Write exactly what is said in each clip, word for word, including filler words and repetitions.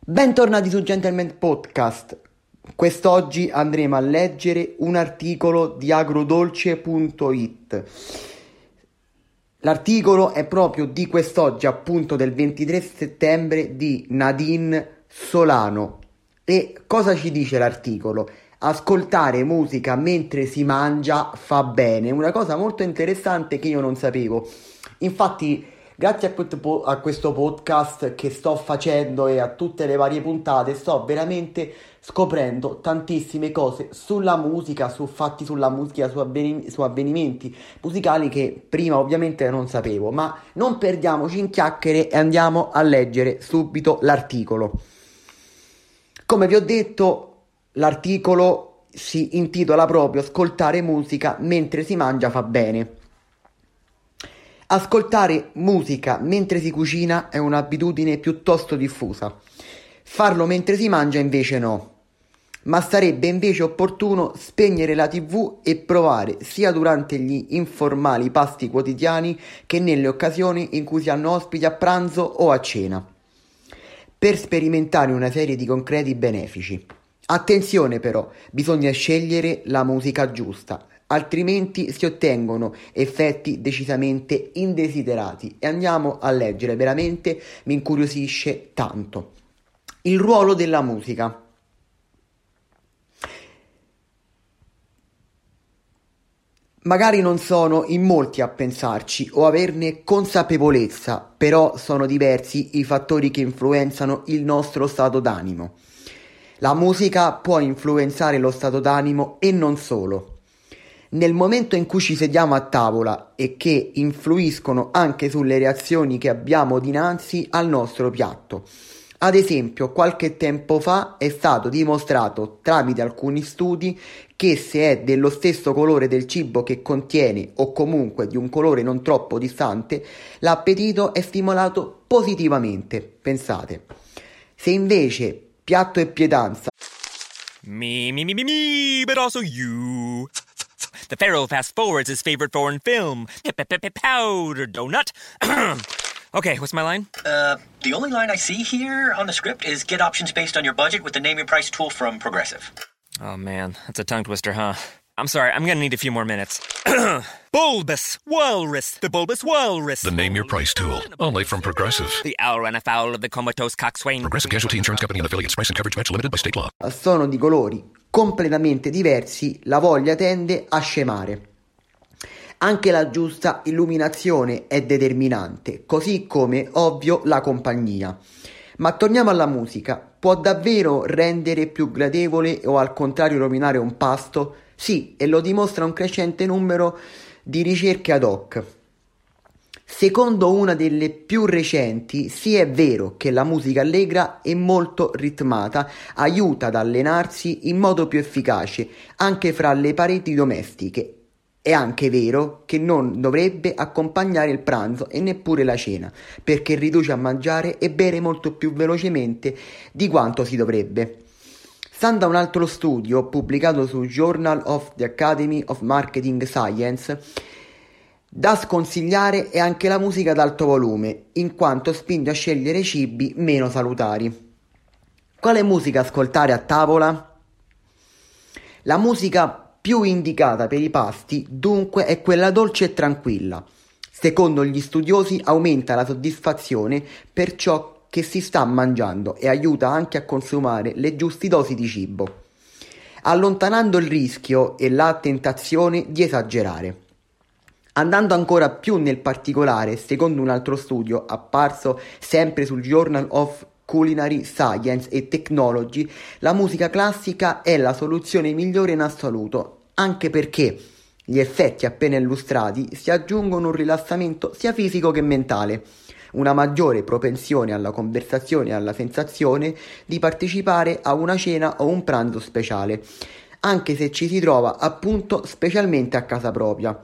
Bentornati su Gentleman Podcast. Quest'oggi andremo a leggere un articolo di agrodolce punto it. L'articolo è proprio di quest'oggi, appunto del ventitré settembre, di Nadine Solano. E cosa ci dice l'articolo? Ascoltare musica mentre si mangia fa bene, una cosa molto interessante che io non sapevo. Infatti, grazie a questo, a questo podcast che sto facendo e a tutte le varie puntate, sto veramente scoprendo tantissime cose sulla musica, su fatti sulla musica, su, avveni- su avvenimenti musicali che prima ovviamente non sapevo. Ma non perdiamoci in chiacchiere e andiamo a leggere subito l'articolo. Come vi ho detto, l'articolo si intitola proprio Ascoltare musica mentre si mangia fa bene. Ascoltare musica mentre si cucina è un'abitudine piuttosto diffusa. Farlo mentre si mangia invece no. Ma sarebbe invece opportuno spegnere la tivù e provare sia durante gli informali pasti quotidiani che nelle occasioni in cui si hanno ospiti a pranzo o a cena, per sperimentare una serie di concreti benefici. Attenzione però, bisogna scegliere la musica giusta, altrimenti si ottengono effetti decisamente indesiderati. E andiamo a leggere, veramente mi incuriosisce tanto. Il ruolo della musica. Magari non sono in molti a pensarci o averne consapevolezza, però sono diversi i fattori che influenzano il nostro stato d'animo. La musica può influenzare lo stato d'animo e non solo. Nel momento in cui ci sediamo a tavola e che influiscono anche sulle reazioni che abbiamo dinanzi al nostro piatto. Ad esempio, qualche tempo fa è stato dimostrato tramite alcuni studi che se è dello stesso colore del cibo che contiene o comunque di un colore non troppo distante, l'appetito è stimolato positivamente. Pensate. Se invece piatto e pietanza Me, me, me, me, me, but also you. The Pharaoh fast forwards his favorite foreign film, Powder Donut. Okay, what's my line? Uh, the only line I see here on the script is get options based on your budget with the Name Your Price tool from Progressive. Oh man, that's a tongue twister, huh? I'm sorry, I'm gonna need a few more minutes. Bulbous Walrus, the Bulbous Walrus. The Name Your Price tool, only from Progressive. The owl ran afoul of the comatose coxswain. Progressive Casualty Insurance Company and affiliates. Price and coverage match limited by state law. sono di colori completamente diversi, la voglia tende a scemare. Anche la giusta illuminazione è determinante, così come, ovvio, la compagnia. Ma torniamo alla musica. Può davvero rendere più gradevole o al contrario rovinare un pasto? Sì, e lo dimostra un crescente numero di ricerche ad hoc. Secondo una delle più recenti, sì è vero che la musica allegra e molto ritmata aiuta ad allenarsi in modo più efficace anche fra le pareti domestiche. È anche vero che non dovrebbe accompagnare il pranzo e neppure la cena, perché riduce a mangiare e bere molto più velocemente di quanto si dovrebbe. Stando a un altro studio pubblicato su Journal of the Academy of Marketing Science, da sconsigliare è anche la musica ad alto volume, in quanto spinge a scegliere cibi meno salutari. Quale musica ascoltare a tavola? La musica più indicata per i pasti, dunque, è quella dolce e tranquilla. Secondo gli studiosi aumenta la soddisfazione per ciò che si sta mangiando e aiuta anche a consumare le giuste dosi di cibo, allontanando il rischio e la tentazione di esagerare. Andando ancora più nel particolare, secondo un altro studio apparso sempre sul Journal of Culinary Science e Technology, la musica classica è la soluzione migliore in assoluto, anche perché gli effetti appena illustrati si aggiungono un rilassamento sia fisico che mentale, una maggiore propensione alla conversazione e alla sensazione di partecipare a una cena o un pranzo speciale, anche se ci si trova appunto specialmente a casa propria.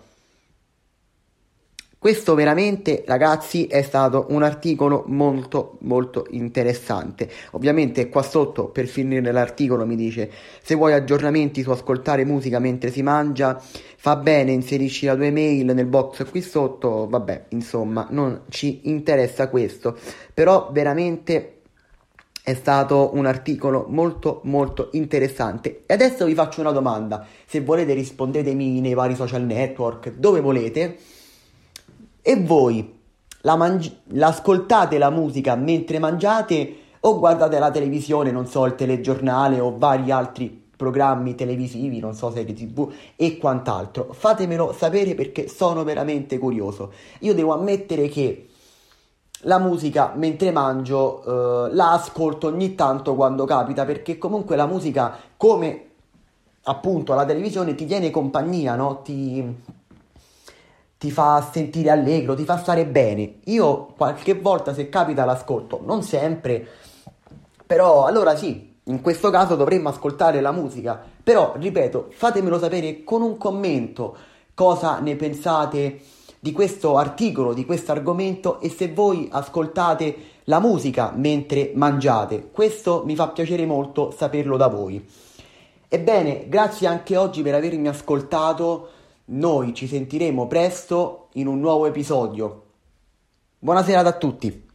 Questo veramente, ragazzi, è stato un articolo molto molto interessante. Ovviamente qua sotto, per finire l'articolo, mi dice: se vuoi aggiornamenti su ascoltare musica mentre si mangia, fa bene, inserisci la tua email nel box qui sotto. Vabbè, insomma, non ci interessa questo, però veramente È stato un articolo molto molto interessante. E adesso vi faccio una domanda. Se volete rispondetemi nei vari social network, dove volete. E voi la mangi- l'ascoltate la musica mentre mangiate o guardate la televisione, non so, il telegiornale o vari altri programmi televisivi, non so, serie tv e quant'altro? Fatemelo sapere perché sono veramente curioso. Io devo ammettere che la musica mentre mangio eh, la ascolto ogni tanto quando capita, perché comunque la musica, come appunto la televisione, ti tiene compagnia, no? Ti, ti fa sentire allegro, ti fa stare bene. Io qualche volta, se capita, l'ascolto, non sempre, però allora sì, in questo caso dovremmo ascoltare la musica. Però, ripeto, fatemelo sapere con un commento cosa ne pensate di questo articolo, di questo argomento, e se voi ascoltate la musica mentre mangiate. Questo mi fa piacere molto saperlo da voi. Ebbene, grazie anche oggi per avermi ascoltato. Noi ci sentiremo presto in un nuovo episodio. Buonasera a tutti.